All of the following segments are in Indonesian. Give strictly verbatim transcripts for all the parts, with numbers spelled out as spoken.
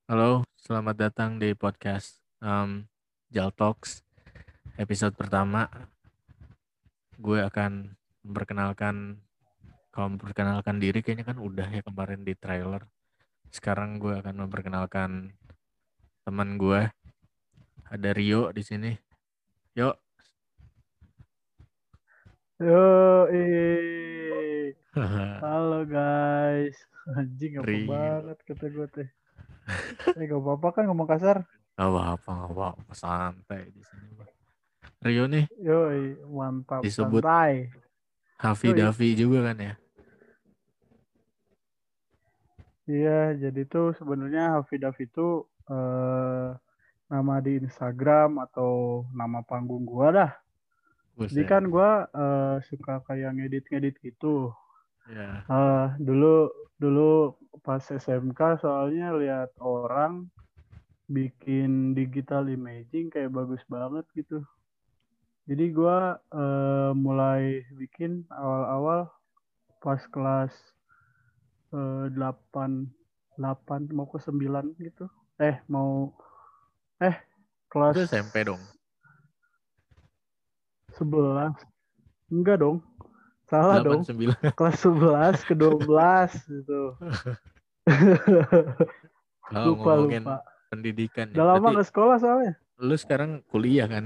Halo, selamat datang di podcast um, Jal Talks episode pertama. Gue akan memperkenalkan, kalau memperkenalkan diri kayaknya kan udah ya kemarin di trailer. Sekarang gue akan memperkenalkan teman gue, ada Rio di sini. Yuk, Yo, eh. Halo guys. Anjing apa Rio. banget kata gue teh. Eh gak apa-apa kan ngomong kasar. Gak apa-apa, gak apa-apa, santai di sini. Bang. Rio nih Yo, mantap disebut santai. Hafi Yo, Davi juga kan ya? iya jadi tuh sebenarnya Hafidaf itu eh, nama di Instagram atau nama panggung gua dah. Jadi Buset. kan gua eh, suka kayak ngedit-ngedit gitu. Ya, Eh dulu dulu pas S M K soalnya lihat orang bikin digital imaging kayak bagus banget gitu. Jadi gua eh, mulai bikin awal-awal pas kelas eh, delapan 8 mau ke sembilan gitu. Eh mau eh itu kelas S M P dong. sebelas. Enggak dong. Salah Delapan dong. sembilan. Kelas sebelas ke dua belas gitu. Kalau Lupa ngomongin lupa. pendidikan ya, Udah lama berarti ke sekolah soalnya. lu sekarang kuliah kan?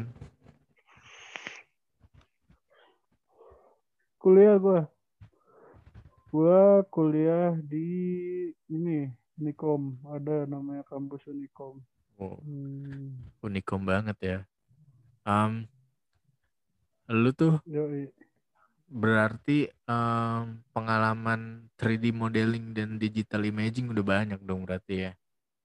Kuliah gua. Gua kuliah di ini Unikom. Ada namanya kampus Unikom. Oh, Hmm. unikum banget ya. Um, Lu tuh Yoi. berarti um, pengalaman tiga D modeling dan digital imaging udah banyak dong berarti ya.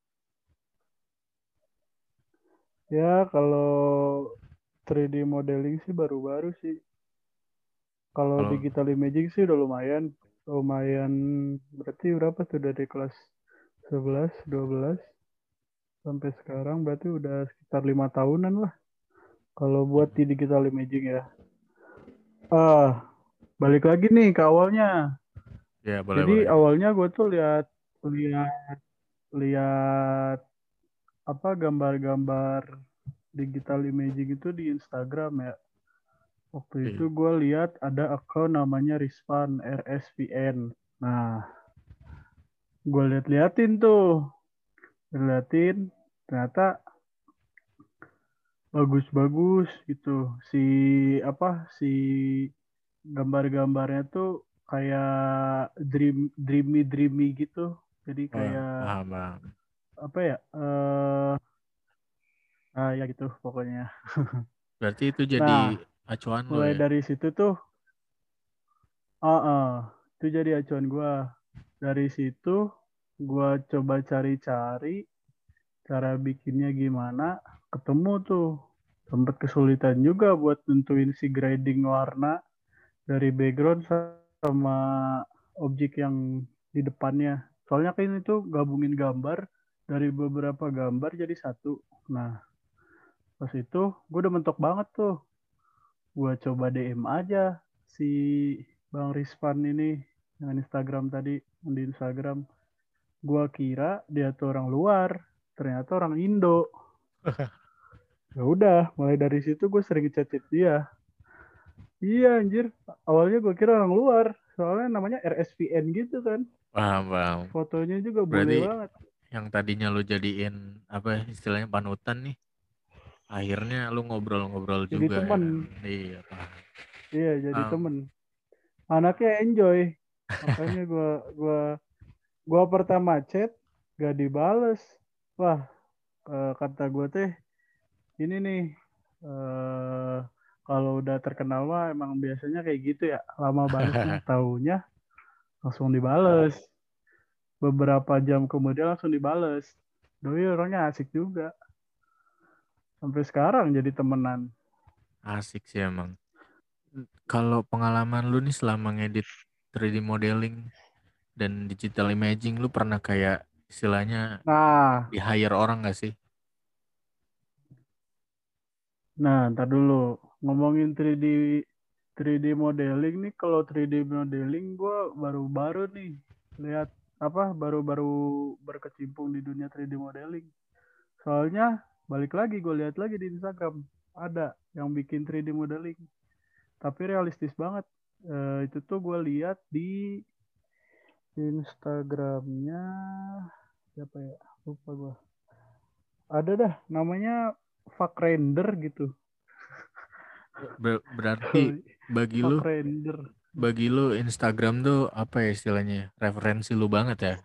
Ya, kalau tiga D modeling sih baru-baru sih. Kalau Kalau digital imaging sih udah lumayan. Lumayan berarti berapa tuh dari kelas sebelas, dua belas sampai sekarang berarti udah sekitar lima tahunan lah. Kalau buat di digital imaging ya. Ah, balik lagi nih ke awalnya. ya boleh Jadi boleh. awalnya gue tuh lihat lihat lihat apa gambar-gambar digital imaging itu di Instagram ya. Waktu itu Iya. gue lihat ada akun namanya Risvan R S V N. Nah, gue lihat-liatin tuh, liatin ternyata bagus-bagus gitu. Si apa si gambar-gambarnya tuh kayak dream dreamy dreamy gitu. Jadi Wah, kayak paham bang. apa ya? Eh ah ya gitu pokoknya. Berarti itu jadi Nah, acuan lo mulai ya. dari situ tuh, ah ah, itu jadi acuan gue. Dari situ gue coba cari-cari cara bikinnya gimana, ketemu tuh. Sempat kesulitan juga buat nentuin si grading warna dari background sama objek yang di depannya. Soalnya kan itu gabungin gambar dari beberapa gambar jadi satu. Nah, pas itu gue udah mentok banget tuh. Gue coba D M aja si Bang Rispan ini dengan Instagram tadi, di Instagram. Gua kira dia tuh orang luar, ternyata orang Indo. Ya udah, mulai dari situ gue sering chat-chat dia. Iya anjir, awalnya gue kira orang luar, soalnya namanya R S V N gitu kan. Paham bang. Fotonya juga bule Berarti banget. yang tadinya lu jadiin apa istilahnya panutan nih, akhirnya lu ngobrol-ngobrol Jadi juga ya temen, kan? Iya paham. iya jadi Um, temen. Anaknya enjoy, makanya gue gua gua pertama chat gak dibales. Wah, eh, kata gue teh ini nih eh kalau udah terkenal mah emang biasanya kayak gitu ya, lama balesnya. Taunya langsung dibales. Beberapa jam kemudian langsung dibales. Doi orangnya asik juga. Sampai sekarang jadi temenan. Asik sih emang. Kalau pengalaman lu nih selama ngedit tiga D modeling dan digital imaging, lu pernah kayak istilahnya Nah, di hire orang gak sih? nah, ntar dulu. Ngomongin tiga D tiga D modeling nih, kalau tiga D modeling gue baru-baru nih lihat. apa baru-baru berkecimpung di dunia tiga D modeling. Soalnya balik lagi gue lihat lagi di Instagram ada yang bikin tiga D modeling, tapi realistis banget. Eh, itu tuh gue lihat di Instagramnya siapa ya? Lupa gue. Ada dah namanya Fuck Render gitu. Ber- berarti bagi lu Fuck Render. bagi lu Instagram tuh apa ya istilahnya? Referensi lu banget ya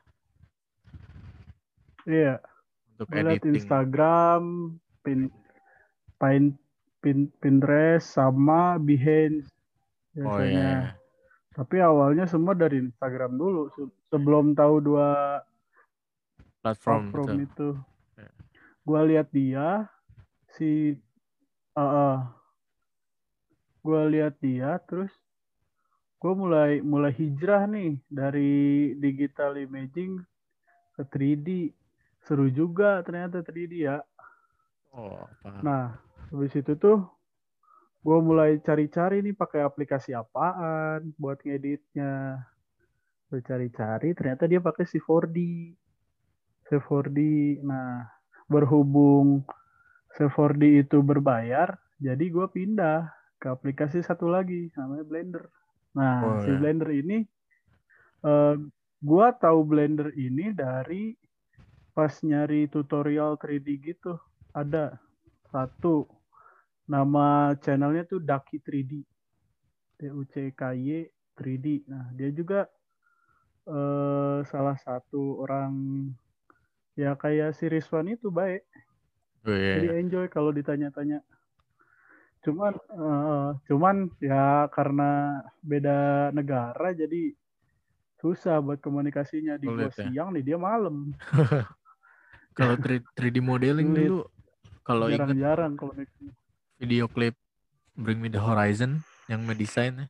Iya, untuk gue liat editing. Instagram, pin, pin, pin, Pinterest sama Behance Oh ya biasanya. ya, Tapi awalnya semua dari Instagram dulu se- sebelum tahu dua platform platform betul. itu. Ya. Gue lihat dia si uh, uh, gue lihat dia terus gue mulai mulai hijrah nih dari digital imaging ke tiga D. Seru juga ternyata tiga D ya. Oh paham. Nah, habis itu tuh gue mulai cari-cari nih pakai aplikasi apaan buat ngeditnya. Gue cari-cari ternyata dia pakai si empat D. Si empat D. Nah, berhubung si empat D itu berbayar, jadi gue pindah ke aplikasi satu lagi namanya Blender. Nah, Oh si ya, Blender ini eh, gue tahu Blender ini dari pas nyari tutorial tiga D gitu. Ada satu nama channelnya tuh Ducky tiga D. D U C K Y tiga D. Nah, dia juga eh, salah satu orang ya kayak si Rizwan itu baik. oh iya, Jadi iya. enjoy kalau ditanya-tanya. Cuman eh, cuman ya karena beda negara jadi susah buat komunikasinya. Di gua Sulit ya. siang nih dia malam. Kalau tiga D modeling Sulit, dulu, kalau inget jarang-jarang kalau video klip Bring Me the Horizon yang ngedesain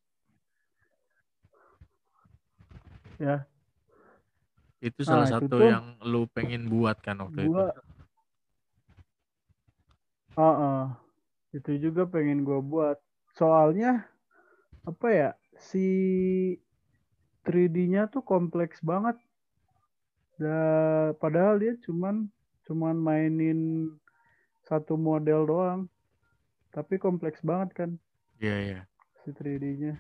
ya. itu salah Nah, itu satu tuh yang lu pengen buat kan waktu itu. gua uh, uh, itu juga pengen gua buat. Soalnya apa ya? Si tiga D-nya tuh kompleks banget. Dan padahal dia cuman cuman mainin satu model doang, tapi kompleks banget kan Iya iya. si tiga D-nya.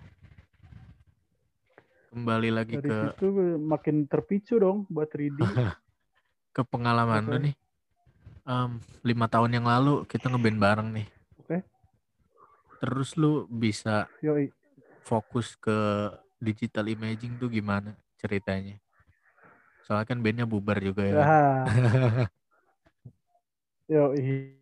Kembali lagi Dari ke situ makin terpicu dong buat tiga D. ke pengalaman lu Oke, nih. Em, lima tahun yang lalu kita ngeband bareng nih. oke, Terus lu bisa yoi. fokus ke digital imaging tuh gimana ceritanya? Soalnya kan bandnya bubar juga ya kan. Ah, yoi.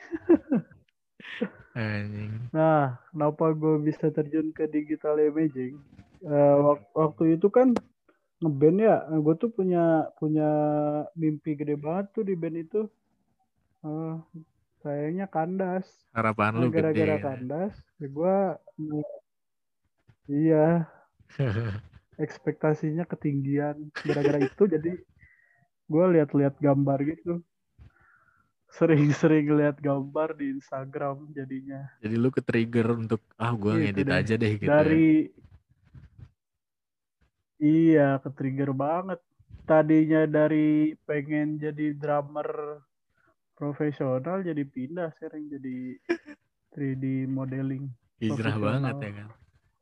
Anjing. Nah, kenapa gue bisa terjun ke digital imaging? Eh, wak- waktu itu kan ngeband ya, gue tuh punya punya mimpi gede banget tuh di band itu. Eh, sayangnya kandas. Harapan Nah, lu gede gara-gara kan. kandas, ya gue iya ekspektasinya ketinggian. Gara-gara itu jadi gue lihat-lihat gambar gitu. Sering-sering lihat gambar di Instagram jadinya. Jadi lu ke trigger untuk ah gua Gitu ngedit deh. aja deh gitu ya. Dari iya ke trigger banget. Tadinya dari pengen jadi drummer profesional jadi pindah sering jadi tiga D modeling Hijrah banget profesional. ya kan.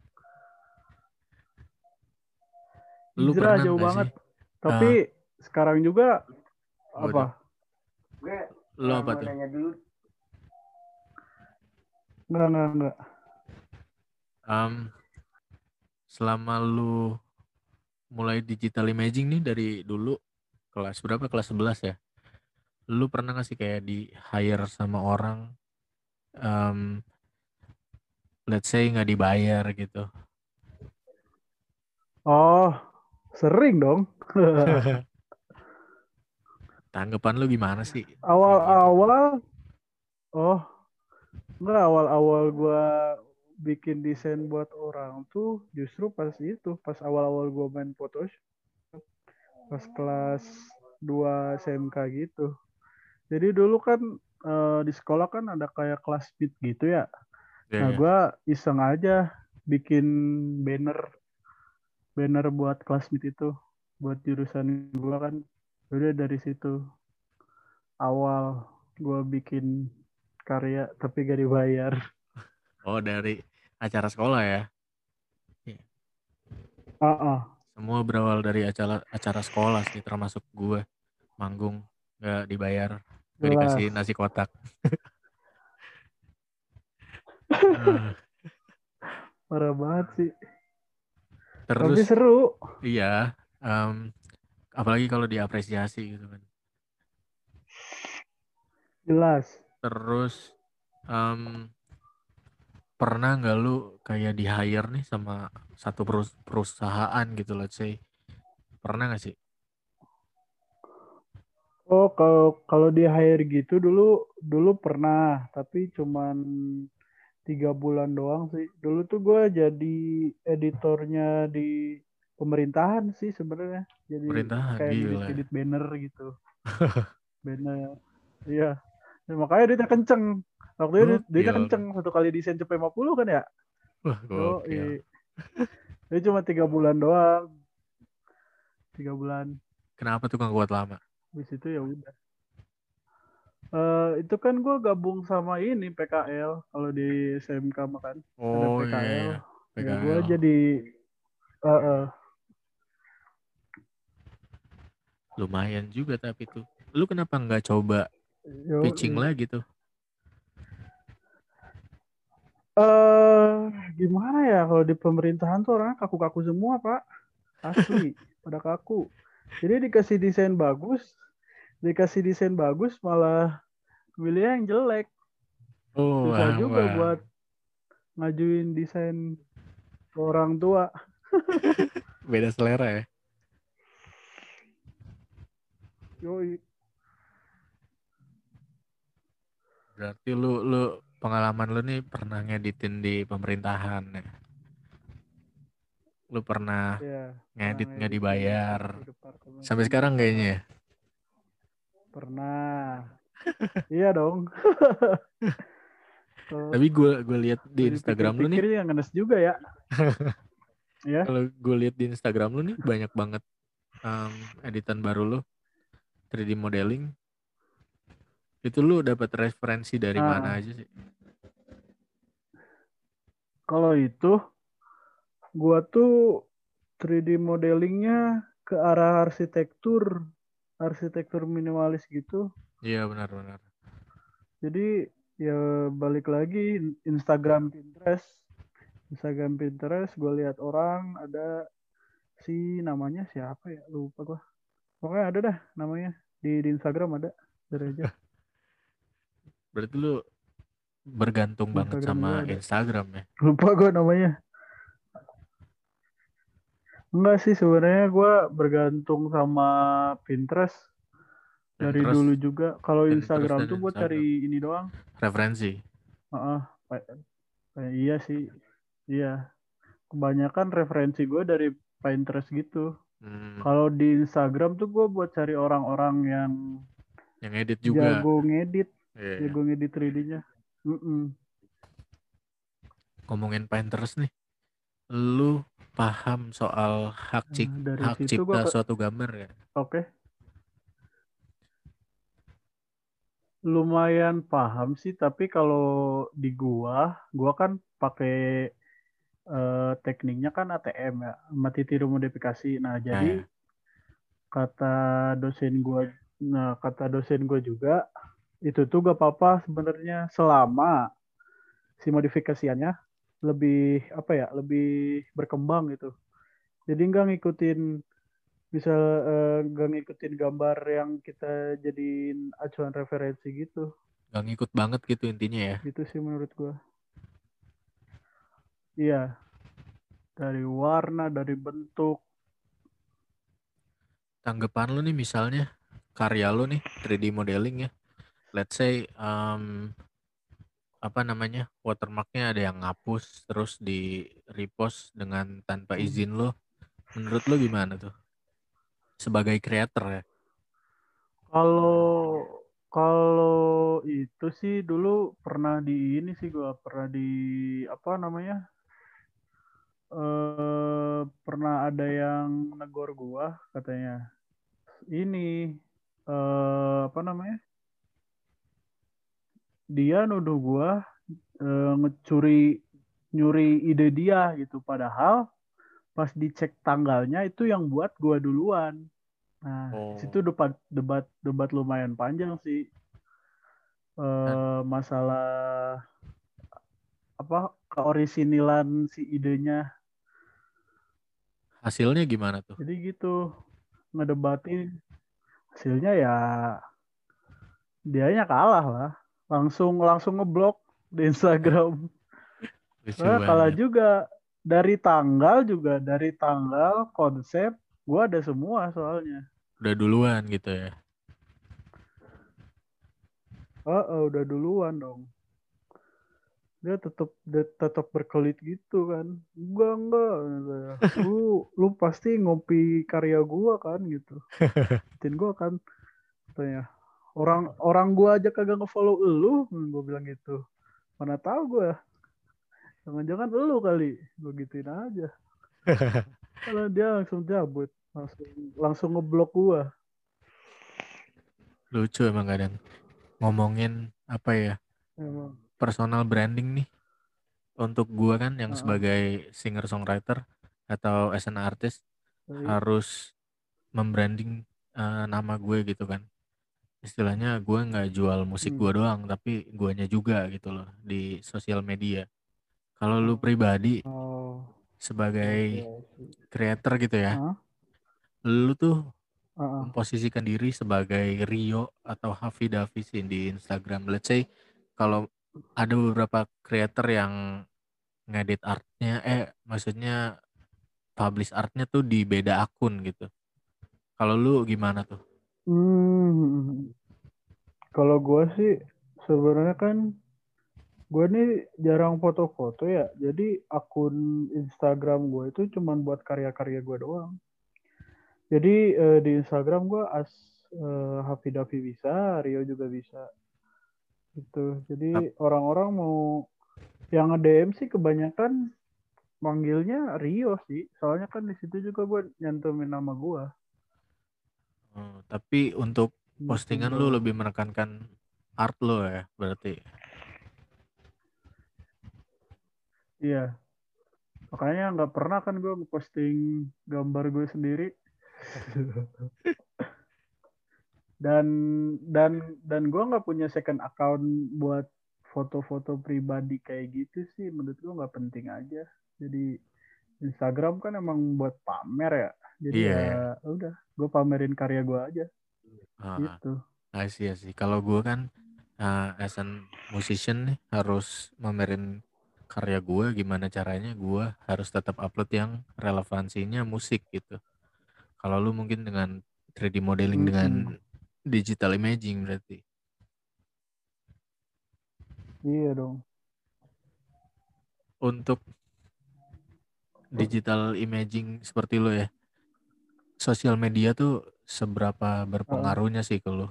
Lu Hijrah pernah jauh nggak sih? banget. Ah, Tapi sekarang juga apa tuh? apa? Gue Lu uh, apa mau tuh? nanya dulu. Enggak, enggak, enggak. Am, selama lu mulai digital imaging nih dari dulu kelas berapa? Kelas sebelas ya? Lu pernah nggak sih kayak di hire sama orang, em, let's say nggak dibayar gitu? Oh, sering dong. Tanggapan lu gimana sih kayak gitu? Awal-awal, oh, enggak awal-awal gua bikin desain buat orang tuh justru pas itu, pas awal-awal gua main Photoshop, pas kelas dua S M K gitu. Jadi dulu kan eh, di sekolah kan ada kayak kelas speed gitu ya. Ya Nah, ya. gua iseng aja bikin banner banner buat kelas speed itu. buat jurusan gue kan. Udah dari situ awal gue bikin karya tapi gak dibayar. Oh, dari acara sekolah ya? Iya. Ah, ah, Semua berawal dari acara acara sekolah sih, termasuk gue manggung nggak dibayar, nggak jelas. dikasih nasi kotak. Eh, Parah banget sih. Tapi terus seru. iya, em, apalagi kalau diapresiasi gitu kan. Jelas. Terus em, pernah nggak lu kayak di hire nih sama satu perus- perusahaan gitu, let's say, pernah nggak sih? Oh, kalau kalau di hire gitu dulu dulu pernah, tapi cuman tiga bulan doang sih. Dulu tuh gue jadi editornya di pemerintahan sih sebenarnya. Jadi Pemerintahan kayak gila. ngedit-ngedit banner gitu. Banner. Iya. Ya, makanya duitnya kenceng. Waktu itu duit- duitnya Gokil. kenceng. Satu kali desain cepet lima puluh kan ya? Wah, Yo, gokil. itu cuma tiga bulan doang. Tiga bulan. Kenapa tuh nggak kuat lama? Habis itu ya udah. Eh, itu kan gue gabung sama ini P K L. Kalau di S M K makan ada Oh iya, P K L. iya. Ya gue P K L. jadi eh, eh, Lumayan juga tapi tuh. Lu kenapa nggak coba yo, pitching lagi tuh? eh gimana ya kalau di pemerintahan tuh orangnya kaku-kaku semua Pak, asli pada kaku. Jadi dikasih desain bagus, dikasih desain bagus malah milih yang jelek. Oh, Susah paham, juga paham. buat ngajuin desain ke orang tua. Beda selera ya. Yoi. Berarti lu lu pengalaman lu nih pernah ngeditin di pemerintahan ya. Lu pernah Ya, pernah ngedit nggak ngedit di dibayar. salah satu departemen Sampai sekarang kayaknya pemerintahan. ya. Pernah. Iya dong. Kalau Tapi gue gue lihat di kalau Instagram lu nih, dipikir-pikir ya ngenes juga ya. Ya. kalau gue lihat di Instagram lu nih banyak banget em, editan baru lu, tiga D modeling. Itu lu dapat referensi dari mana Nah, aja sih? kalau itu gua tuh tiga D modelingnya ke arah arsitektur, arsitektur minimalis gitu. Iya, benar-benar. Jadi ya balik lagi Instagram Pinterest, Instagram Pinterest gue lihat orang ada si namanya siapa ya lupa gua. Pokoknya ada dah namanya di, di Instagram ada, dari aja Berarti lu bergantung di banget Instagram sama gue ada. Instagram ya. Lupa gue namanya. Enggak sih sebenarnya gue bergantung sama Pinterest Dan dari terus dulu juga. Kalau dan terus Instagram dan tuh buat Instagram. cari ini doang. Referensi. Heeh, kayak iya sih. Iya, kebanyakan referensi gue dari Pinterest gitu. Hmm, Kalau di Instagram tuh gue buat cari orang-orang yang yang edit juga. jago ngedit, Iya, iya. jago ngedit tiga D-nya. Mm-mm. Ngomongin Pinterest nih, lu paham soal hak Nah, cip- dari hak situ gue cipta ke, suatu gambar ya? oke, lumayan paham sih. Tapi kalau di gua, gua kan pakai eh, tekniknya kan A T M ya, mati tiru modifikasi. Nah, Nah, jadi ya. kata dosen gua, nah kata dosen gua juga itu tuh gak apa-apa sebenarnya selama si modifikasiannya lebih apa ya, lebih berkembang gitu. Jadi nggak ngikutin bisa eh, nggak ngikutin gambar yang kita jadiin acuan referensi gitu. Gak ngikut banget gitu intinya ya. Gitu sih menurut gua. Iya, dari warna, dari bentuk. Tanggapan lu nih misalnya karya lu nih tiga D modeling ya. Let's say um, apa namanya watermarknya ada yang ngapus terus di repost dengan tanpa Hmm. izin lo. Menurut lo gimana tuh sebagai creator ya? Kalau kalau itu sih dulu pernah di ini sih gua pernah di apa namanya? eh, pernah ada yang negor gua katanya ini eh, apa namanya? Dia nuduh gua eh, ngecuri nyuri ide dia gitu. Padahal pas dicek tanggalnya itu yang buat gua duluan. Nah, di Oh, situ debat debat debat lumayan panjang sih. dan Eh, masalah apa keorisinilan si idenya. hasilnya gimana tuh? Jadi gitu ngedebatin hasilnya ya dianya kalah lah. Langsung langsung ngeblok di Instagram. Lucu Nah, kalah banget. juga dari tanggal juga dari tanggal konsep gua ada semua soalnya. Udah duluan gitu ya. Oh, oh, udah duluan dong. Dia tetap dia tetap berkelit gitu kan. Enggak enggak katanya. Lu lu pasti ngopi karya gua kan gitu. Tin gua kan katanya. Orang orang gua aja kagak ngefollow lu, gua bilang gitu. Mana tahu gua, jangan-jangan lu kali. Gua gituin aja. Karena dia langsung cabut, langsung langsung ngeblok gua. Lucu emang kadang. Ngomongin apa ya? Emang. Personal branding nih. Untuk gua kan yang Heeh. sebagai singer songwriter atau as an artist Tapi, harus membranding eh, nama gue gitu kan. Istilahnya gue nggak jual musik hmm. gue doang, tapi guanya juga gitu loh di sosial media. Kalau lu Oh, pribadi oh, oke, sebagai I see. creator gitu ya, Hah? lu tuh Heeh. memposisikan diri sebagai Rio atau Hafid Hafiz di Instagram. Let's say kalau ada beberapa creator yang ngedit artnya, eh maksudnya publish artnya tuh di beda akun gitu. Kalau lu gimana tuh? Hmm. Kalau gue sih sebenarnya kan gue nih jarang foto-foto ya. Jadi akun Instagram gue itu cuman buat karya-karya gue doang. Jadi eh, di Instagram gue as eh, Hafid Hafi bisa, Rio juga bisa gitu. Jadi Tap- orang-orang mau yang nge-D M sih kebanyakan manggilnya Rio sih. Soalnya kan di situ juga gue nyantumin nama gue hmm, tapi untuk gitu postingan bro. lu lebih menekankan art lo ya, berarti. Iya, makanya nggak pernah kan gue posting gambar gue sendiri. dan dan dan gue nggak punya second account buat foto-foto pribadi kayak gitu sih. Menurut gue nggak penting aja. Jadi Instagram kan emang buat pamer ya. Jadi Iya ya ya. udah, gue pamerin karya gue aja Ah, gitu. I see, I see. Kalau gue kan uh, as an musician nih harus memerin karya gue, gimana caranya gue harus tetap upload yang relevansinya musik gitu. Kalau lu mungkin dengan tiga D modeling dengan Mm-mm. digital imaging berarti. Iya dong. Untuk digital imaging seperti lu ya, sosial media tuh seberapa Heeh. berpengaruhnya sih ke lu?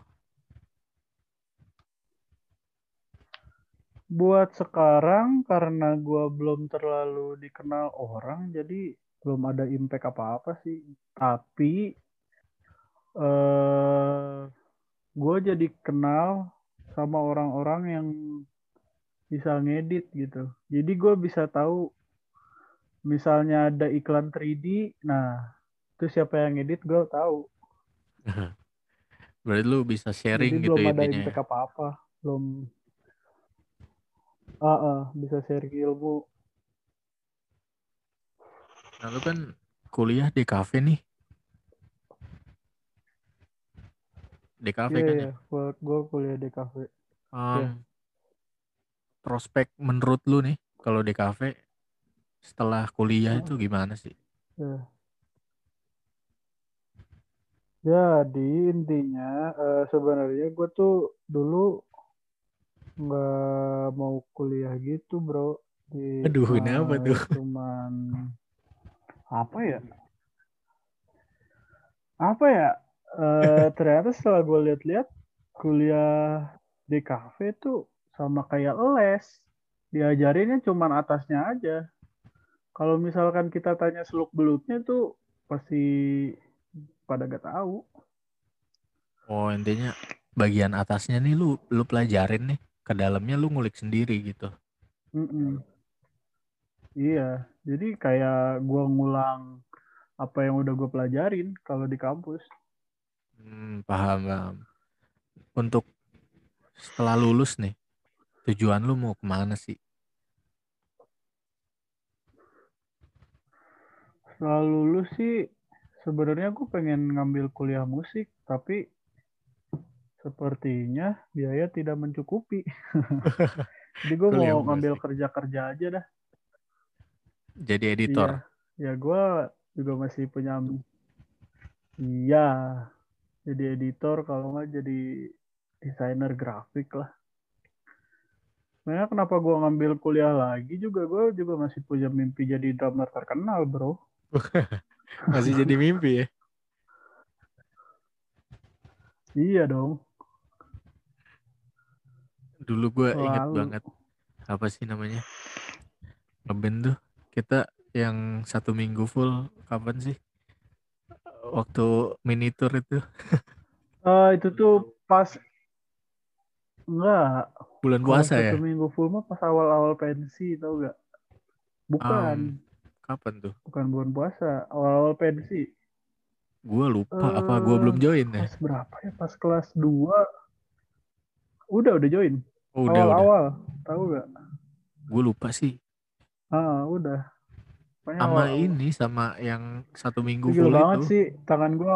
Buat sekarang karena gue belum terlalu dikenal orang, jadi belum ada impact apa-apa sih. Tapi eh gue jadi kenal sama orang-orang yang bisa ngedit gitu. Jadi gue bisa tahu misalnya ada iklan tiga D, nah itu siapa yang ngedit gue tahu. Berarti lu bisa Jadi sharing gitu belum ada intinya ya. impact apa-apa, belum ah ah, bisa share ilmu. Nah lu kan kuliah di kafe nih, di kafe Iya kan iya, ya. gue gue kuliah di kafe. Ya. Um, prospek menurut lu nih kalau di kafe setelah kuliah itu Heeh, gimana sih? ya. Jadi intinya eh, sebenarnya gue tuh dulu nggak mau kuliah gitu bro. Di Aduh, kenapa eh, tuh? cuman apa ya? Apa ya? Eh, ternyata setelah gue lihat-lihat kuliah di kafe tuh sama kayak les. Diajarinnya cuman atasnya aja. Kalau misalkan kita tanya seluk beluknya tuh pasti pada gak tahu. Oh, intinya bagian atasnya nih lu lu pelajarin nih, ke dalamnya lu ngulik sendiri gitu. Mm-mm. Iya, jadi kayak gua ngulang apa yang udah gue pelajarin kalau di kampus. Hmm, paham, paham. Untuk setelah lulus nih, tujuan lu mau kemana sih? Setelah lulus sih sebenarnya gue pengen ngambil kuliah musik, tapi sepertinya biaya tidak mencukupi. Jadi gue Kuliah mau ngambil musik. kerja-kerja aja dah. Jadi Iya, editor. ya gue juga masih punya, iya, jadi editor kalau nggak jadi desainer grafik lah. Sebenarnya kenapa gue ngambil kuliah lagi juga, gue juga masih punya mimpi jadi drummer terkenal, bro. Masih jadi mimpi ya. Iya dong, Dulu gue inget selalu. banget, apa sih namanya, ngeband tuh. Kita yang satu minggu full kapan sih? Waktu mini tour itu. Eh itu tuh pas, enggak, Bulan kalau puasa satu ya. minggu full mah pas awal-awal pensi, tau gak? Bukan, Um, Kapan tuh? bukan bulan puasa, awal-awal pensi. Gue lupa apa gue Eh belum join ya. Kelas berapa ya? Pas kelas dua udah udah join. Oh, udah udah. Awal-awal, tahu gak? Gue lupa sih. Ah, udah. Pokoknya Sama awal-awal. ini, sama yang satu minggu Itu gila full banget itu. sih tangan gua.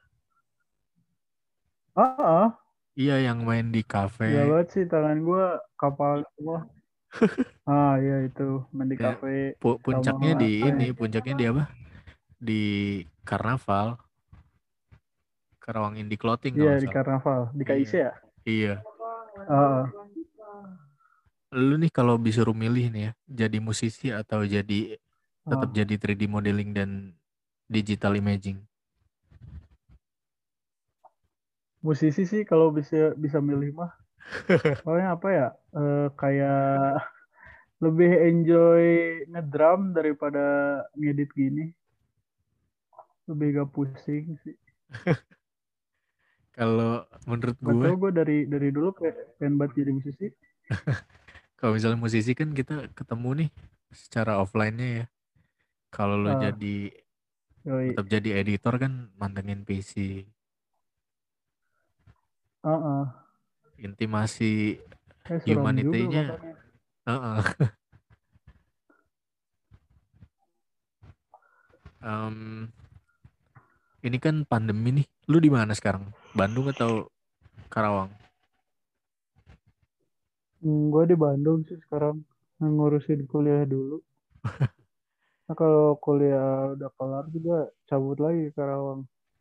Ah, ah, Iya, yang main di kafe. gila banget sih tangan gua kapal semua. Ah, iya itu main di Ya, kafe pu- sama puncaknya di apa ya? ini, puncaknya di apa? Di Karnaval, Karawang Indie Clothing kalau Iya nggak di salah. karnaval, di Iya, K I C ya. iya. Ah, ah. Lu nih kalau disuruh milih nih ya, jadi musisi atau jadi tetap Ah. jadi tiga D modeling dan digital imaging. Musisi sih kalau bisa bisa milih mah. Soalnya apa ya? Eh, kayak lebih enjoy ngedrum daripada ngedit gini. Lebih gak pusing sih. Kalau menurut Gak gue, tau gue dari dari dulu kayak pengen banget jadi musisi. kalau misalnya musisi kan kita ketemu nih secara offline-nya ya. Kalau lu Ah, jadi yoi. tetap jadi editor kan mantengin P C. Ah, ah. Intimasi Eh suram juga humanity-nya, makanya. heeh. Em, ini kan pandemi nih. Lu di mana sekarang? Bandung atau Karawang? Hmm, gue di Bandung sih sekarang ngurusin kuliah dulu. Nah, kalau kuliah udah kelar juga cabut lagi ke Karawang.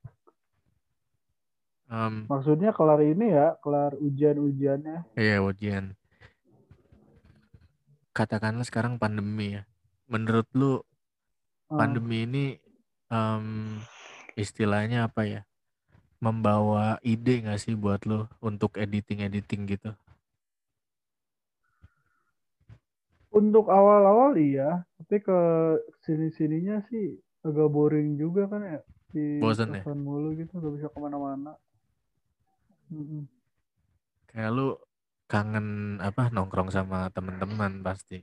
Em, Maksudnya kelar ini ya, kelar ujian-ujiannya. ya ujian. Katakanlah sekarang pandemi ya. Menurut lu Ah, pandemi ini em, istilahnya apa ya? Membawa ide nggak sih buat lu untuk editing-editing gitu? untuk awal-awal iya, tapi ke sini-sininya sih agak boring juga kan ya. Di Bosen ya? kosan mulu gitu, gak bisa kemana-mana. Mm-mm. Kayak lu kangen apa nongkrong sama teman-teman pasti.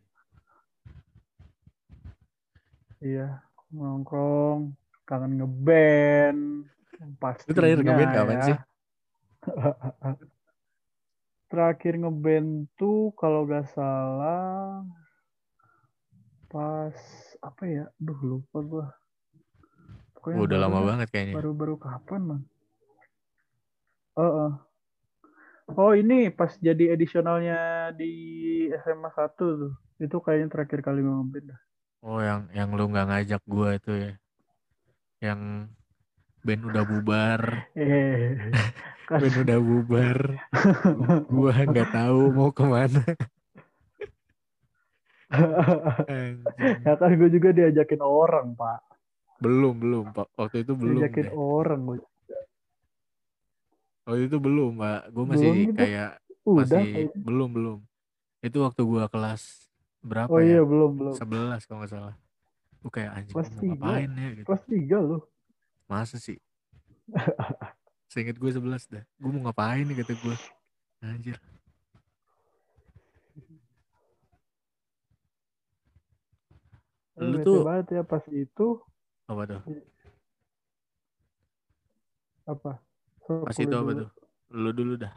Iya, nongkrong, kangen ngeband, Lu terakhir pastinya ngeband kapan ya. sih? Terakhir ngeband tuh kalau gak salah pas apa ya? Duh lupa gua. Pokoknya Udah baru lama dah. banget kayaknya. Baru-baru kapan, man? Oh, oh. Oh, ini pas jadi edisionalnya di S M A satu tuh. Itu kayaknya terakhir kali gue ngeband dah. Oh, yang yang lu nggak ngajak gua itu ya. Yang band udah bubar, Eh, kan. band udah bubar. Gua nggak tahu mau kemana. Ya Anjing. kan gue juga diajakin orang, Pak. Belum, belum, Pak. Waktu itu belum Diajakin deh. orang gue. Waktu itu belum, Pak. Gue masih Belum gitu. kayak masih Udah kayaknya. belum, belum. Itu waktu gua kelas berapa Oh ya? iya, belum, belum. Sebelas kalau nggak salah. Gue kayak anjing Kelas gue mau tiga, ngapain ya gitu. kelas tiga loh. Masa sih? Seinget gue sebelas dah. Gue mau ngapain nih kata gue. Anjir. Eh, Lu bete tuh banget ya pas itu. apa tuh? Apa? Pas Sepuluh itu apa dulu. tuh? Lu dulu dah.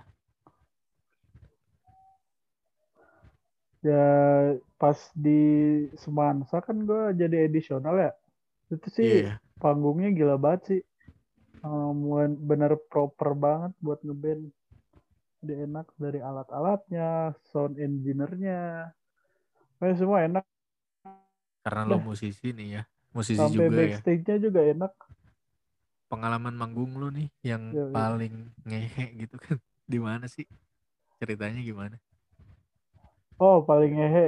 Ya pas di Semansa kan gue jadi edisional ya. Itu sih Iya. Yeah. panggungnya gila banget sih. Um, bener proper banget buat ngeband. Dia enak dari alat-alatnya, sound engineer-nya. Kayak semua enak Karena lo dah. musisi nih ya. Musisi Sampai juga ya. backstage-nya juga enak. Pengalaman manggung lu nih yang Ya, ya. paling ngehe gitu kan. Di mana sih? Ceritanya gimana? Oh, paling ngehe.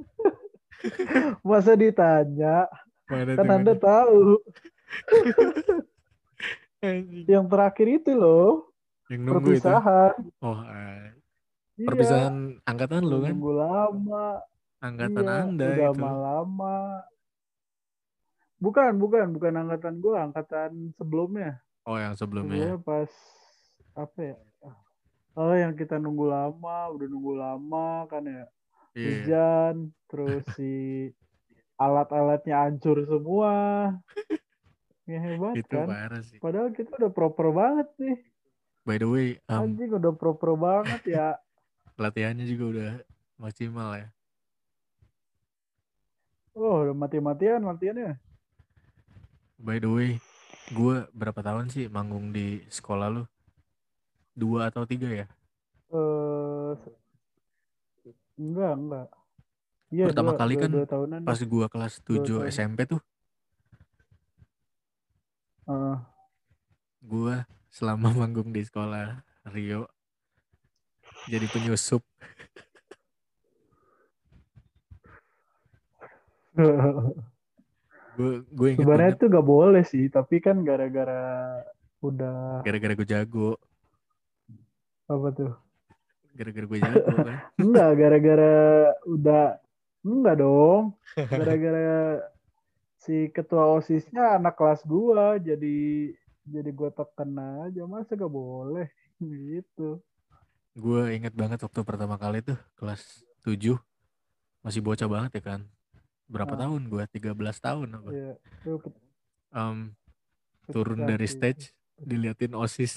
Masa ditanya? Mana Kan tuh Anda mana? tahu. Anjing. Yang terakhir itu loh, Yang nunggu itu. perpisahan. Oh, eh, Iya, perpisahan angkatan lu udah kan? nunggu lama. Angkatan Iya, Anda udah itu. lama. Bukan, bukan, bukan angkatan gua, angkatan sebelumnya. Oh, yang sebelumnya. Sebelumnya pas apa ya? Oh, yang kita nunggu lama, udah nunggu lama kan ya. Iya, Hujan, terus si alat-alatnya hancur semua. Ya hebat itu kan? parah sih. Padahal kita udah proper banget nih. By the way, um, Anjing udah proper banget ya. latihannya juga udah maksimal ya. Oh, udah mati-matian latihannya. By the way, gue berapa tahun sih manggung di sekolah lu? Dua atau tiga ya? Eh, enggak, enggak. Iya, Pertama dua, kali dua, kan dua tahunan pas dah. gue kelas Dua tujuh tahun. S M P tuh, Eh, gue selama manggung di sekolah Rio jadi penyusup. Gue gue inget Sebenarnya banget tuh gak boleh sih, tapi kan gara-gara udah gara-gara gue jago, apa tuh? gara-gara gue jago kan. Enggak, gara-gara udah enggak dong. Gara-gara si ketua OSISnya anak kelas gua, jadi jadi gua tekan aja, masa gak boleh gitu. Gue inget banget waktu pertama kali tuh kelas tujuh masih bocah banget ya kan. Berapa Ah, tahun gue? Tiga belas tahun apa? iya, itu pe- Um, turun pecah dari sih itu. stage diliatin OSIS,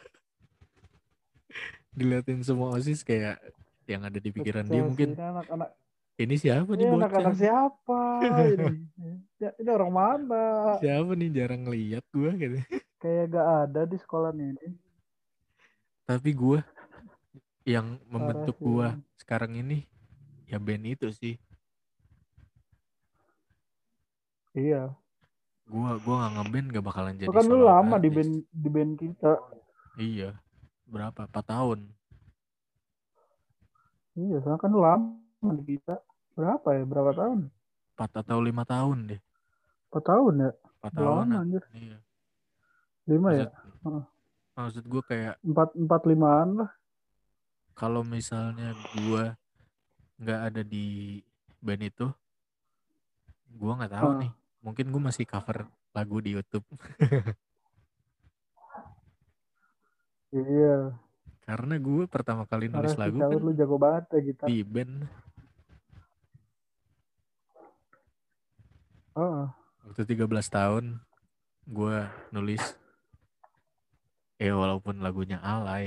diliatin semua OSIS kayak yang ada di pikiran dia Pecah sih mungkin ini anak-anak. ini siapa Ini nih bocah anak-anak nih? siapa ini? Ya, ini orang mana? Siapa nih jarang ngeliat gue gitu. Kayak gak ada di sekolah ini. Tapi gue yang Parah membentuk sih gue emang. sekarang ini ya band itu sih. Iya. Gue gua nggak ngeband gak bakalan Lu jadi kan lu solo lama di artis. band di band kita. Iya, berapa? Empat tahun. Iya, soalnya kan lu lama di kita. Berapa ya? Berapa tahun? Empat atau lima tahun deh. Empat tahun ya? Empat Udah lama tahunan. anjir. Iya. Lima ya? Maksud Heeh. maksud gue kayak Empat empat limaan lah. kalau misalnya gue nggak ada di band itu, gue nggak tahu Heeh. nih. Mungkin gue masih cover lagu di YouTube. Iya. Karena gue pertama kali nulis Parah sih lagu caur kan lu jago banget ya gitar. di band. Heeh. Waktu tiga belas tahun gue nulis. Eh walaupun lagunya alay.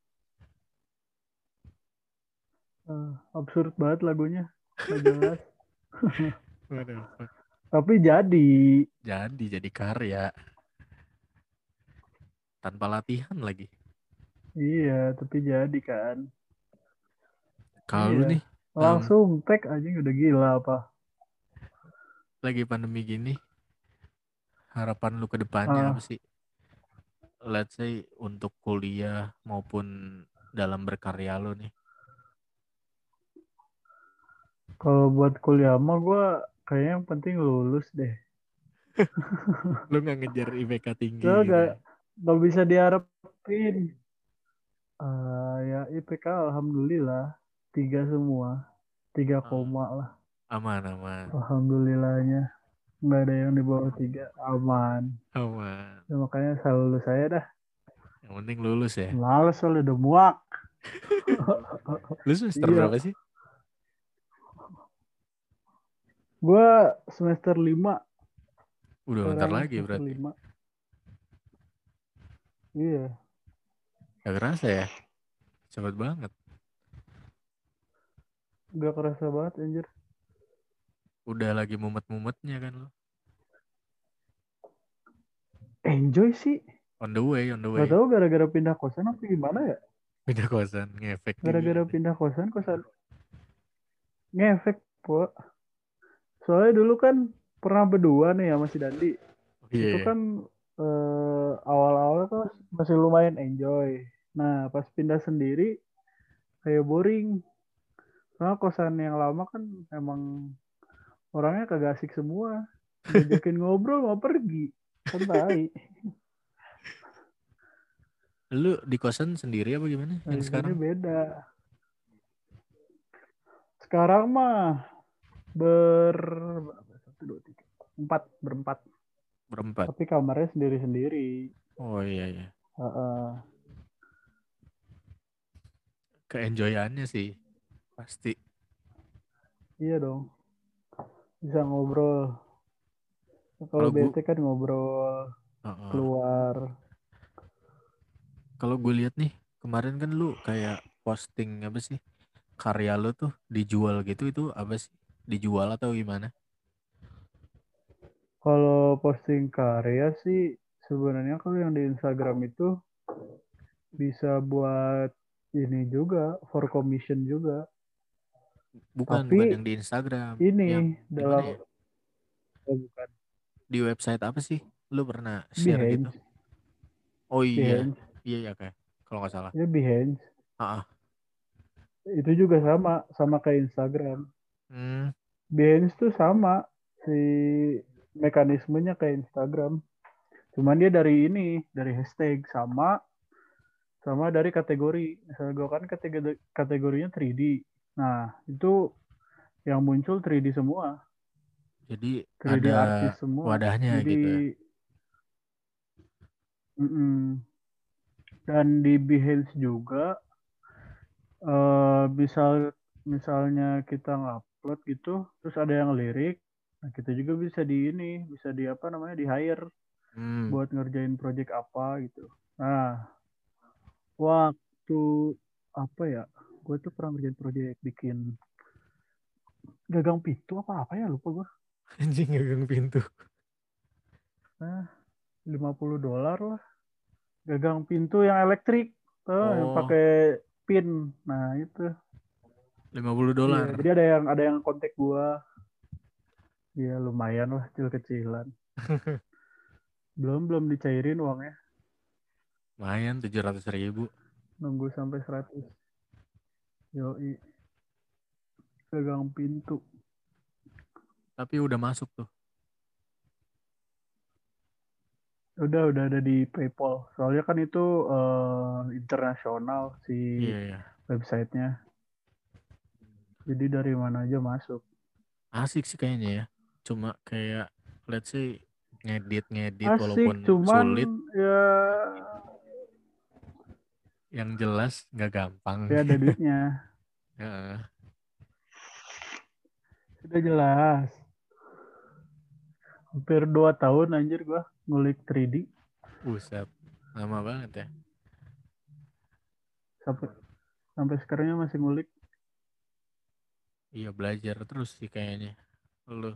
Heeh. Absurd banget lagunya. Nggak jelas. Waduh. Tapi jadi. Jadi jadi karya tanpa latihan lagi. Iya, tapi jadi kan. Kalau Iya. lu nih em, Langsung tag aja udah gila apa. lagi pandemi gini, harapan lu ke depannya apa Ah, sih? Let's say untuk kuliah maupun dalam berkarya lu nih. kalau buat kuliah mah gue kayaknya yang penting lulus deh. Lu nggak ngejar I P K tinggi Soalnya gitu gak, ya? gak bisa diharapin. Ah, ya I P K alhamdulillah tiga semua, tiga Ah, koma lah. aman aman. Alhamdulillahnya. nggak ada yang di bawah tiga, aman. Aman. Ya, makanya selalu lulus saya dah. Yang penting lulus ya. Males soalnya udah muak. Lu semester Iya, berapa sih? gue semester lima. Udah bentar Sekarang lagi semester berarti. lima. Iya, Gak kerasa ya. Cepet banget. gak kerasa banget anjir. Udah lagi mumet-mumetnya kan lo. Enjoy sih. On the way, on the Gak way. tahu gara-gara pindah kosan apa gimana ya. Pindah kosan, ngefek juga Gara-gara kan. pindah kosan, kosan ngefek, po. Soalnya dulu kan pernah berdua nih sama si Dandi. Oh, iya, Itu iya. kan eh, awal-awal tuh masih lumayan enjoy. Nah, pas pindah sendiri kayak boring. Karena kosan yang lama kan emang orangnya kagak asik semua. Diajakin ngobrol mau pergi. Kan tai. Lu di kosan sendiri apa gimana Nah, yang di sini sekarang? beda. Sekarang mah ber berapa? Satu, dua, tiga, empat, berempat. Berempat. Tapi kamarnya sendiri-sendiri. Oh iya, iya. Heeh. Keenjoyannya sih. Pasti. Iya dong. Bisa ngobrol. Kalau Kalau gue, bete kan ngobrol, keluar. kalau gue lihat nih, kemarin kan lu kayak posting apa sih? Karya lu tuh dijual gitu, itu apa sih? Dijual atau gimana? Kalau posting karya sih sebenarnya kalau yang di Instagram itu bisa buat ini juga, for commission juga. Bukan, bukan Tapi yang di Instagram. Yang ini di mana dalam ya? oh, bukan Di website apa sih? Lu pernah share gitu? Behance, Oh iya, Behance, iya ya kayak kalau nggak salah. ya Behance. Ah, ah. Itu juga sama, sama kayak Instagram. Hmm, Behance tuh sama si mekanismenya kayak Instagram. Cuman dia dari ini, dari hashtag sama sama dari kategori. Misalnya gue kan kategori kategorinya tiga D. Nah, itu yang muncul tiga D semua, jadi tiga D ada artis semua. wadahnya Jadi gitu ya. mm-mm. Dan di Behance juga eh, misal misalnya kita ngupload gitu, terus ada yang lirik, nah kita juga bisa di ini, bisa di apa namanya di hire Hmm, buat ngerjain project apa gitu. Nah, waktu apa ya? Gue tuh pernah ngerjain project bikin gagang pintu apa apa ya lupa gue. anjing gagang pintu. Nah, lima puluh dolar lah. Gagang pintu yang elektrik. Tuh, yang Oh, pakai pin. Nah, itu. lima puluh Iya, dolar. jadi ada yang ada yang kontak gua. Iya, lumayan lah kecil-kecilan. Belum belum dicairin uangnya. Lumayan tujuh ratus ribu. Nunggu sampai seratus. Yoi, gagang pintu. Tapi udah masuk tuh. Udah udah ada di PayPal. Soalnya kan itu eh, internasional si Iya, iya. websitenya. Jadi dari mana aja masuk. Asik sih kayaknya ya. Cuma kayak let's say ngedit-ngedit Asik, walaupun cuman sulit, ya yang jelas nggak gampang. ya ada duitnya. Heeh. Sudah jelas. Hampir dua tahun anjir gua ngulik tiga D. Buset, lama banget ya. Sampai sampai sekarangnya masih ngulik. Iya belajar terus sih kayaknya. Lu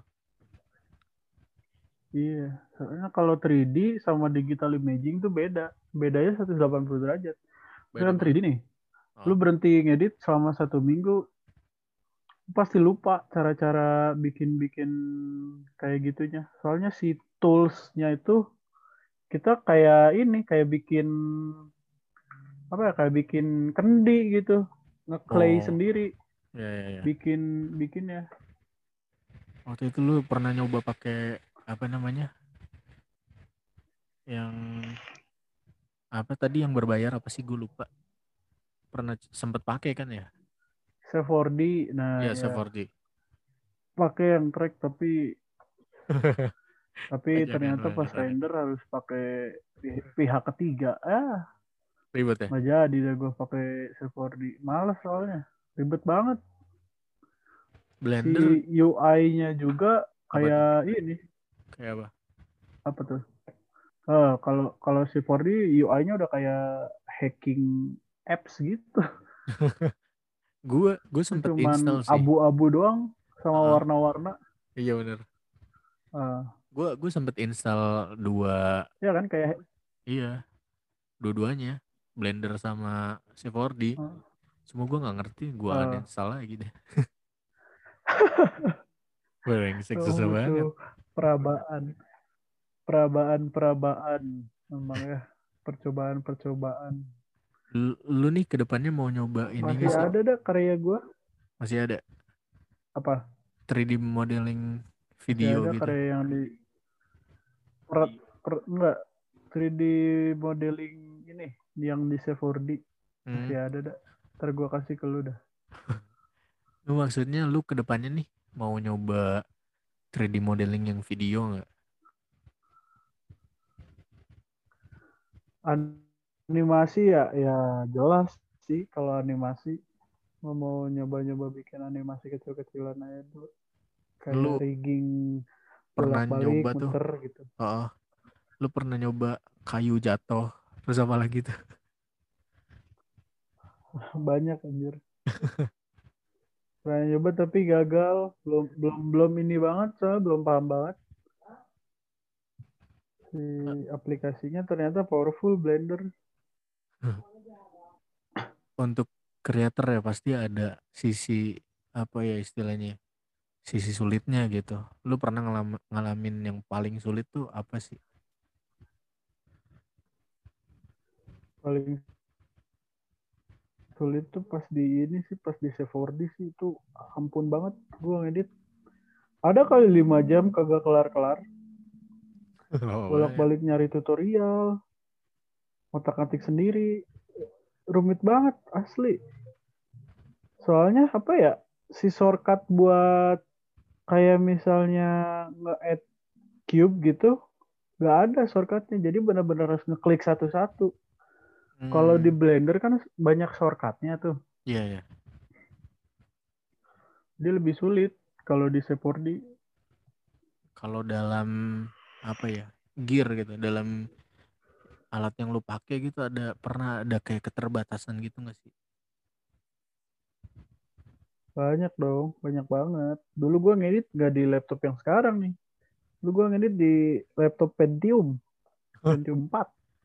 Iya, soalnya kalau tiga D sama digital imaging tuh beda. Bedanya seratus delapan puluh derajat. beda Misalkan tiga D banget. nih, lu Oh, berhenti ngedit selama satu minggu, lu pasti lupa cara-cara bikin-bikin kayak gitunya. Soalnya si tools-nya itu kita kayak ini, kayak bikin apa ya, kayak bikin kendi gitu, nge-clay oh, sendiri, ya ya ya. bikin bikin ya. Waktu itu lu pernah nyoba pakai apa namanya? Yang apa tadi yang berbayar apa sih gue lupa. Pernah sempet pakai kan ya? C four D, nah Iya, ya Safordi. pakai yang crack tapi Tapi Bajakan ternyata pas banget anak. render harus pakai pi- pihak ketiga. Ah, Ribet ya? nggak jadi deh gue pakai C four D. Males soalnya. Ribet banget. Si Blender U I-nya juga apa tuh? kayak ini. Kayak apa? Apa tuh? Eh, kalau kalau C four D U I-nya udah kayak hacking apps gitu. Gue gue sempet Cuman install sih. abu-abu doang sama Ah, warna-warna. iya bener. Eh, Gue gue sempet install dua, ya kan kayak iya, dua-duanya, Blender sama C four D. eh, Cuma gue nggak ngerti, gue eh, uninstall lagi deh. Brengsek oh, susah banget. butuh perabaan, perabaan, perabaan. Memang ya percobaan-percobaan. Lu, lu nih kedepannya mau nyoba ini Masih gak sih? ada dah karya gue. Masih ada Apa? tiga D modeling Masih video ada gitu? karya yang di per, per- enggak tiga D modeling ini yang di C four D Hmm. masih ada dah. Ntar gue kasih ke lu dah. Lu maksudnya lu kedepannya nih mau nyoba tiga D modeling yang video nggak? Animasi ya, ya jelas sih kalau animasi mau mau nyoba-nyoba bikin animasi kecil-kecilan aja dulu. Kayak Lu rigging pernah bolak-balik nyoba tuh? muter gitu. Oh, lu pernah nyoba kayu jatuh terus apa lagi tuh? Banyak anjir. Pernah nyoba tapi gagal. Belum belum belum ini banget soalnya belum paham banget. Si aplikasinya ternyata powerful Blender. Untuk creator ya pasti ada sisi apa ya istilahnya, sisi sulitnya gitu. Lu pernah ngelam- ngalamin yang paling sulit tuh apa sih? Paling sulit tuh pas di ini sih, pas di C four D sih itu ampun banget gua ngedit. Ada kali lima jam kagak kelar-kelar. Oh, ya. Bolak-balik nyari tutorial, otak-atik sendiri. Rumit banget asli. Soalnya apa ya? Si shortcut buat kayak misalnya nge-add cube gitu, nggak ada shortcutnya. Jadi benar-benar harus ngeklik satu-satu. Kalau di Hmm, Blender kan banyak shortcutnya tuh. iya ya. Dia lebih sulit kalau di C four D. Kalau dalam apa ya, gear gitu, dalam alat yang lu pakai gitu ada pernah ada kayak keterbatasan gitu nggak sih? Banyak dong, banyak banget. Dulu gue ngedit nggak di laptop yang sekarang nih. Dulu gue ngedit di laptop Pentium, Pentium empat.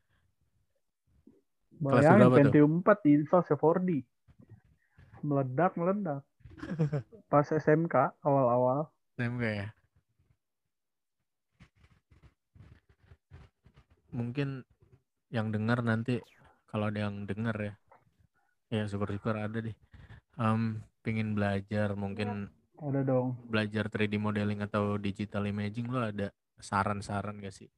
Kelas Bayangin berapa tuh? Pentium empat di install C four D. Meledak, meledak. Pas S M K awal-awal. Saya enggak ya. Mungkin yang dengar nanti, kalau ada yang dengar ya, ya syukur-syukur ada deh. Em, Pengen belajar mungkin Ada dong. belajar tiga D modeling atau digital imaging, lo ada saran-saran gak sih?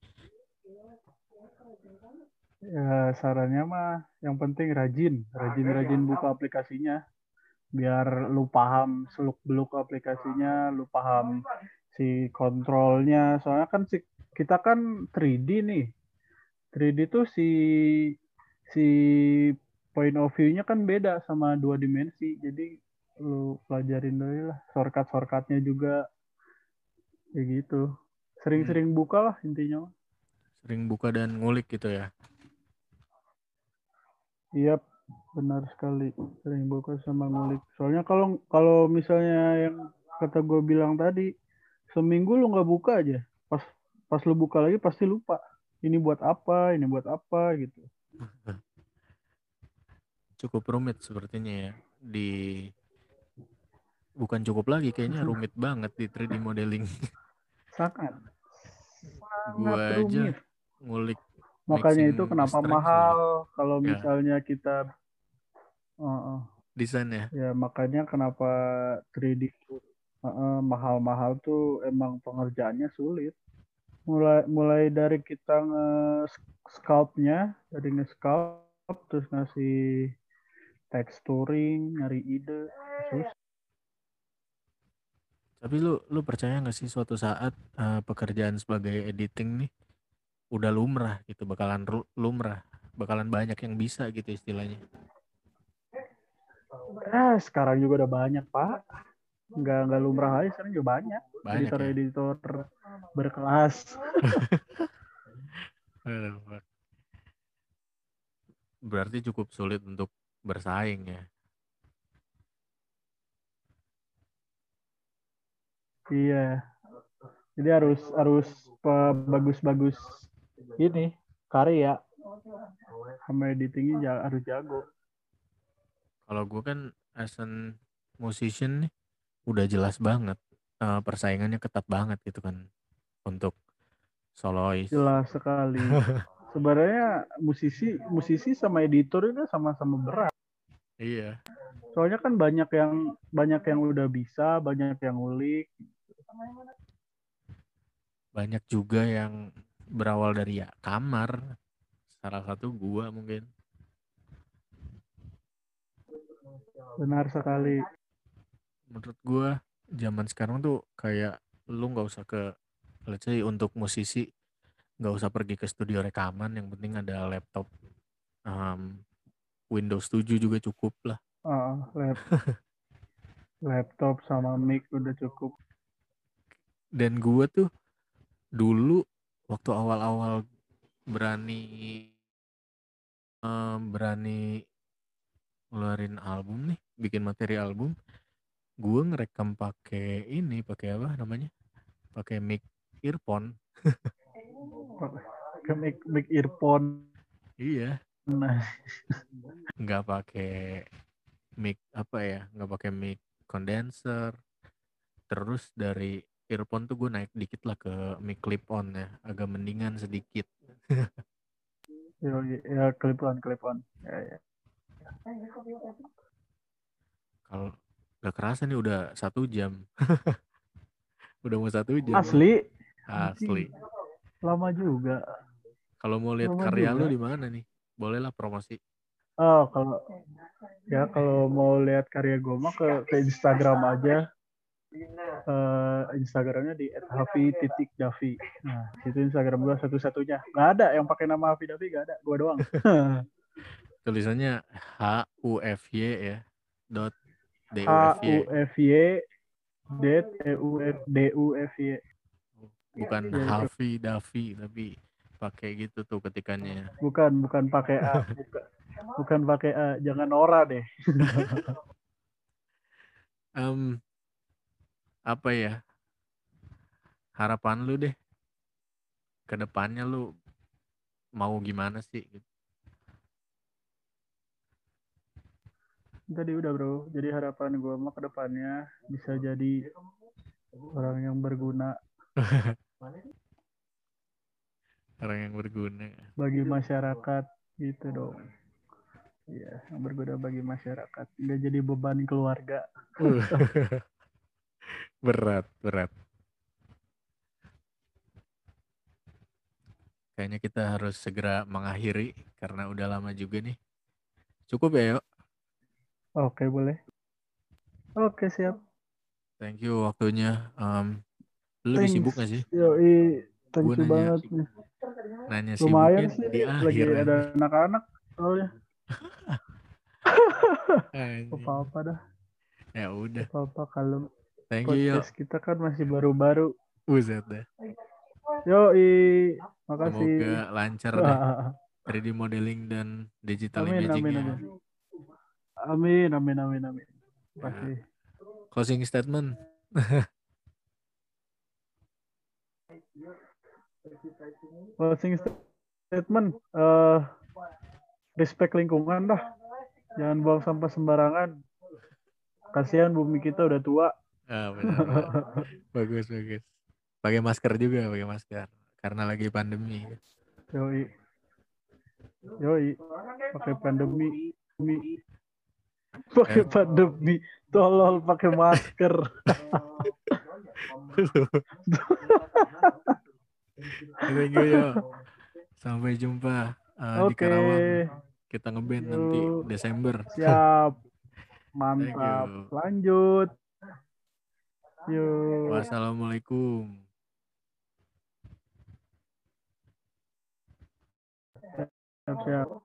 Ya, sarannya mah yang penting rajin. Rajin-rajin buka aplikasinya. Biar lu paham seluk-beluk aplikasinya, lu paham si kontrolnya. Soalnya kan si, kita kan tiga D nih. tiga D tuh si si point of view-nya kan beda sama dua dimensi. Jadi lu pelajarin dulu lah shortcut-shortcutnya juga kayak gitu. Hmm, Sering-sering buka lah intinya. Sering buka dan ngulik gitu ya. Iya, benar sekali. Sering buka sama ngulik. Soalnya kalau kalau misalnya yang kata gue bilang tadi, seminggu lu nggak buka aja. Pas pas lu buka lagi pasti lupa. Ini buat apa? Ini buat apa gitu. Cukup rumit sepertinya ya. Di bukan cukup lagi, kayaknya rumit banget di tiga D modeling. Sangat Gua sangat aja rumit. ngulik Makanya mixing itu kenapa strength mahal susah. kalau Ya, misalnya kita uh, uh, desain ya. ya makanya kenapa tiga D uh, uh, mahal-mahal tuh emang pengerjaannya sulit. Mulai mulai dari kita nge-sculpt-nya, dari nge-sculpt terus ngasih texturing, nyari ide, susah. Tapi lu lu percaya nggak sih suatu saat uh, pekerjaan sebagai editing nih udah lumrah gitu, bakalan ru- lumrah, bakalan banyak yang bisa gitu istilahnya. Eh, sekarang juga udah banyak, Pak. Nggak, nggak lumrah aja, sekarang juga banyak. Banyak ya. Editor-editor berkelas. Berarti cukup sulit untuk bersaing ya. Iya. Jadi harus harus pe- bagus-bagus ini karya sama editingnya ja- harus jago. Kalau gue kan as an musician nih udah jelas banget, uh, persaingannya ketat banget gitu kan untuk solois. Jelas sekali. Sebenarnya musisi musisi sama editor itu sama-sama berat. Iya, Soalnya kan banyak yang banyak yang udah bisa, banyak yang ngulik. banyak juga yang berawal dari ya kamar. Salah satu gua mungkin. Benar sekali. Menurut gua zaman sekarang tuh kayak lu nggak usah ke, let's say untuk musisi nggak usah pergi ke studio rekaman, yang penting ada laptop, um, Windows tujuh juga cukup lah. Uh, lap, laptop sama mic udah cukup. Dan gua tuh dulu waktu awal-awal berani um, berani ngeluarin album nih, bikin materi album, gua ngerekam pakai ini, pakai apa namanya? Pakai mic earphone. Pakai mic, mic earphone. Iya, Nah, nggak pakai mic apa ya, nggak pakai mic condenser. Terus dari earphone tuh gue naik dikit lah ke mic clip on ya, agak mendingan sedikit. ya, ya clip on, clip on. Ya, ya. Kalau nggak kerasa nih udah satu jam. Udah mau satu jam nih. Asli, Asli. anjing, lama juga. Kalau mau lihat Lama karya lu juga. di mana nih, bolehlah promosi. Oh, kalau ya kalau mau lihat karya gue mah ke, ke Instagram aja. Uh, Instagramnya di et hafi titik davi. Nah, itu Instagram gue satu-satunya. Nggak ada yang pakai nama Hafi Davi, nggak ada. Gue doang. Tulisannya H U F Y ya, dot D H U F U Y. F Y det E U F D U F Y. Bukan Ya, itu. Hafi Davi, tapi pakai gitu tuh ketikannya. Bukan, bukan pakai A, bukan, bukan pakai A. Jangan Nora deh. um, Apa ya, harapan lu deh ke depannya, lu mau gimana sih gitu. Tadi udah bro. Jadi harapan gue mah ke depannya bisa jadi orang yang berguna Orang yang berguna. bagi masyarakat gitu dong. Iya, yang berguna bagi masyarakat. Nggak jadi beban keluarga. Uh, berat, berat. Kayaknya kita harus segera mengakhiri karena udah lama juga nih. Cukup ya, yuk. Oke, boleh. Oke, siap. Thank you waktunya. Um, lu lebih Thanks. sibuk gak sih? Yoi, thank Gue you nanya, banget nih. nanya Lumayan sibuknya sih, di lagi akhir ada aja. anak-anak soalnya. Anjing. Apa-apa dah. Ya udah. Apa-apa kalau Thank you, yuk. podcast kita kan masih baru-baru. Buset dah. Yoi, Semoga makasih. lancar deh. tiga D modeling dan digital Amin, amin, imagingnya. amin. Amin, amin, amin, amin. Ya. Makasih. Closing statement. Closing statement. Uh, respect lingkungan dah. Jangan buang sampah sembarangan. Kasihan bumi kita udah tua. Ah, benar, benar. Bagus, bagus. Pakai masker juga, pakai masker. Karena lagi pandemi. Yoi, yoi. Pakai pandemi. Pakai Eh, pandemi. Tolol pakai masker. thank you, yo. Sampai jumpa uh, di Oke. Karawang. Kita ngeband nanti Yuk. Desember. Siap. Thank Mantap. you. Lanjut. Yuk. Wassalamualaikum. Siap-siap.